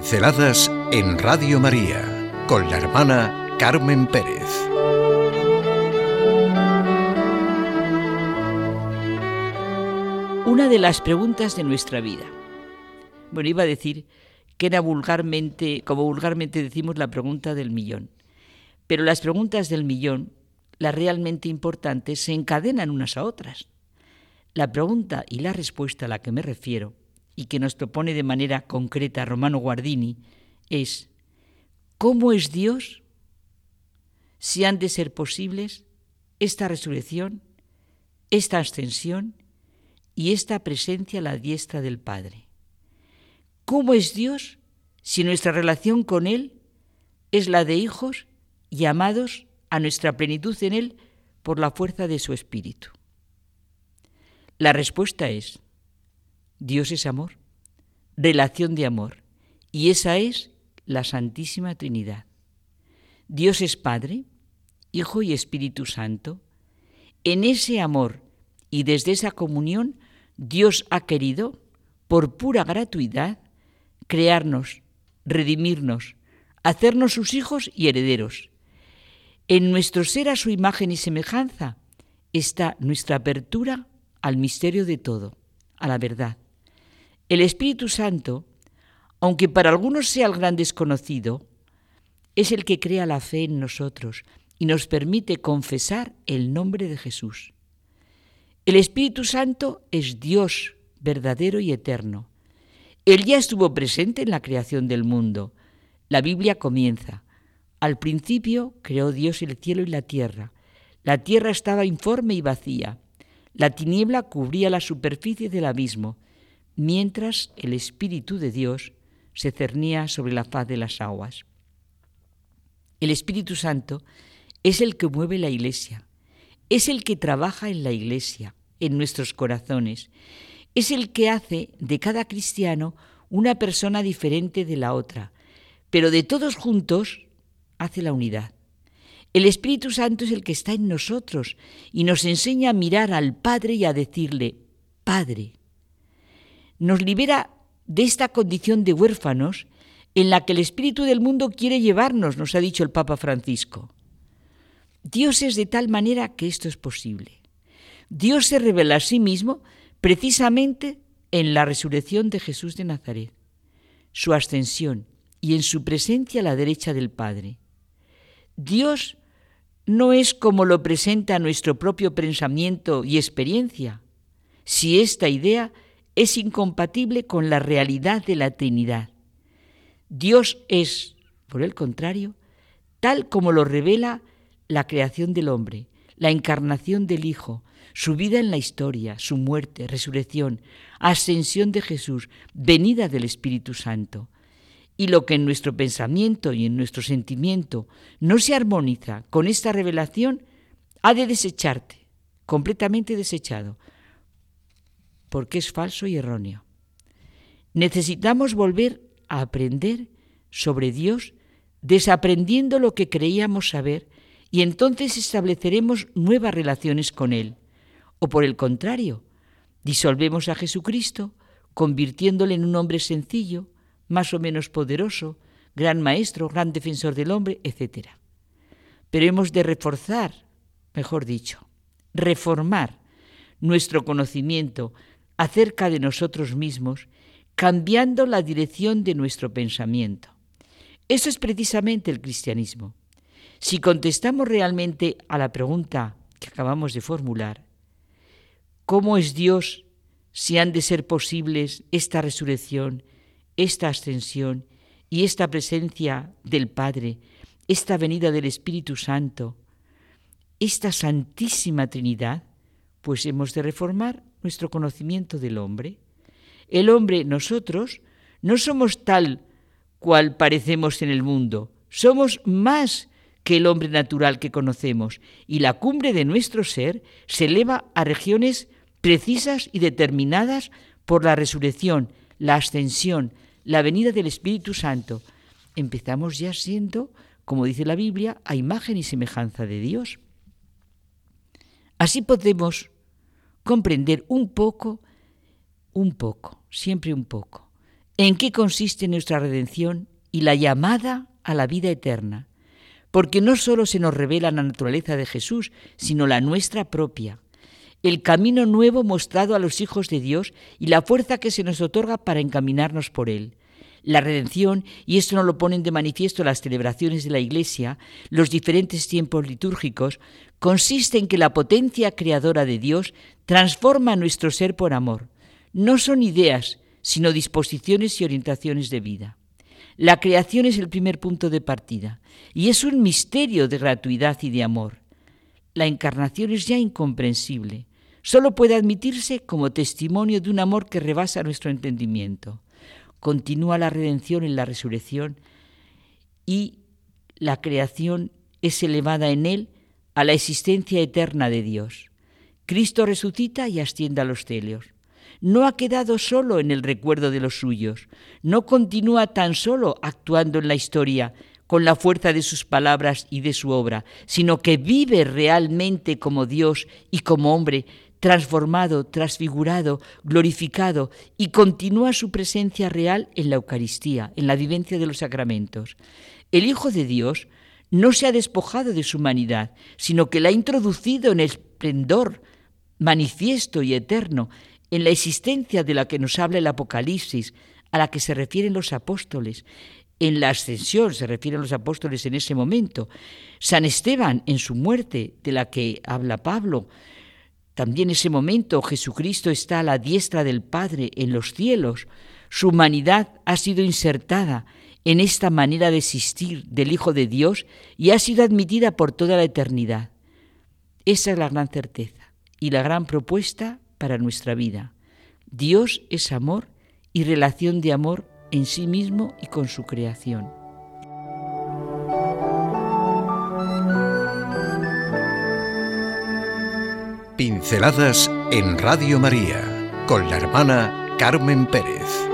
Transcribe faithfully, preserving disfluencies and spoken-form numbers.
Pinceladas en Radio María con la hermana Carmen Pérez. Una de las preguntas de nuestra vida. Bueno, iba a decir que era vulgarmente, como vulgarmente decimos, la pregunta del millón. Pero las preguntas del millón, las realmente importantes, se encadenan unas a otras. La pregunta y la respuesta a la que me refiero, y que nos propone de manera concreta Romano Guardini, es: ¿cómo es Dios? Si han de ser posibles esta resurrección, esta ascensión y esta presencia a la diestra del Padre. ¿Cómo es Dios si nuestra relación con Él es la de hijos llamados a nuestra plenitud en Él por la fuerza de su Espíritu? La respuesta es: Dios es amor, relación de amor, y esa es la Santísima Trinidad. Dios es Padre, Hijo y Espíritu Santo. En ese amor y desde esa comunión, Dios ha querido, por pura gratuidad, crearnos, redimirnos, hacernos sus hijos y herederos. En nuestro ser a su imagen y semejanza está nuestra apertura al misterio de todo, a la verdad. El Espíritu Santo, aunque para algunos sea el gran desconocido, es el que crea la fe en nosotros y nos permite confesar el nombre de Jesús. El Espíritu Santo es Dios verdadero y eterno. Él ya estuvo presente en la creación del mundo. La Biblia comienza: al principio creó Dios el cielo y la tierra. La tierra estaba informe y vacía. La tiniebla cubría la superficie del abismo, mientras el Espíritu de Dios se cernía sobre la faz de las aguas. El Espíritu Santo es el que mueve la Iglesia, es el que trabaja en la Iglesia, en nuestros corazones, es el que hace de cada cristiano una persona diferente de la otra, pero de todos juntos hace la unidad. El Espíritu Santo es el que está en nosotros y nos enseña a mirar al Padre y a decirle: Padre. Nos libera de esta condición de huérfanos en la que el espíritu del mundo quiere llevarnos, nos ha dicho el Papa Francisco. Dios es de tal manera que esto es posible. Dios se revela a sí mismo precisamente en la resurrección de Jesús de Nazaret, su ascensión y en su presencia a la derecha del Padre. Dios no es como lo presenta nuestro propio pensamiento y experiencia, si esta idea es incompatible con la realidad de la Trinidad. Dios es, por el contrario, tal como lo revela la creación del hombre, la encarnación del Hijo, su vida en la historia, su muerte, resurrección, ascensión de Jesús, venida del Espíritu Santo. Y lo que en nuestro pensamiento y en nuestro sentimiento no se armoniza con esta revelación, ha de desecharte, completamente desechado, porque es falso y erróneo. Necesitamos volver a aprender sobre Dios, desaprendiendo lo que creíamos saber, y entonces estableceremos nuevas relaciones con Él. O por el contrario, disolvemos a Jesucristo, convirtiéndole en un hombre sencillo, más o menos poderoso, gran maestro, gran defensor del hombre, etcétera. Pero hemos de reforzar, mejor dicho, reformar nuestro conocimiento acerca de nosotros mismos, cambiando la dirección de nuestro pensamiento. Eso es precisamente el cristianismo. Si contestamos realmente a la pregunta que acabamos de formular: ¿cómo es Dios si han de ser posibles esta resurrección, esta ascensión y esta presencia del Padre, esta venida del Espíritu Santo, esta Santísima Trinidad? Pues hemos de reformar nuestro conocimiento del hombre. El hombre, nosotros, no somos tal cual parecemos en el mundo, somos más que el hombre natural que conocemos, y la cumbre de nuestro ser se eleva a regiones precisas y determinadas por la resurrección, la ascensión, la venida del Espíritu Santo. Empezamos ya siendo, como dice la Biblia, a imagen y semejanza de Dios. Así podemos comprender un poco, un poco, siempre un poco, en qué consiste nuestra redención y la llamada a la vida eterna, porque no solo se nos revela la naturaleza de Jesús, sino la nuestra propia, el camino nuevo mostrado a los hijos de Dios y la fuerza que se nos otorga para encaminarnos por él. La redención, y esto nos lo ponen de manifiesto las celebraciones de la Iglesia, los diferentes tiempos litúrgicos, consiste en que la potencia creadora de Dios transforma nuestro ser por amor. No son ideas, sino disposiciones y orientaciones de vida. La creación es el primer punto de partida, y es un misterio de gratuidad y de amor. La encarnación es ya incomprensible. Solo puede admitirse como testimonio de un amor que rebasa nuestro entendimiento. Continúa la redención en la resurrección y la creación es elevada en él a la existencia eterna de Dios. Cristo resucita y asciende a los cielos. No ha quedado solo en el recuerdo de los suyos, no continúa tan solo actuando en la historia con la fuerza de sus palabras y de su obra, sino que vive realmente como Dios y como hombre, transformado, transfigurado, glorificado, y continúa su presencia real en la Eucaristía, en la vivencia de los sacramentos. El Hijo de Dios no se ha despojado de su humanidad, sino que la ha introducido en el esplendor manifiesto y eterno, en la existencia de la que nos habla el Apocalipsis, a la que se refieren los apóstoles. En la ascensión se refieren los apóstoles en ese momento. San Esteban en su muerte, de la que habla Pablo. También en ese momento Jesucristo está a la diestra del Padre en los cielos. Su humanidad ha sido insertada en esta manera de existir del Hijo de Dios y ha sido admitida por toda la eternidad. Esa es la gran certeza y la gran propuesta para nuestra vida. Dios es amor y relación de amor en sí mismo y con su creación. Pinceladas en Radio María con la hermana Carmen Pérez.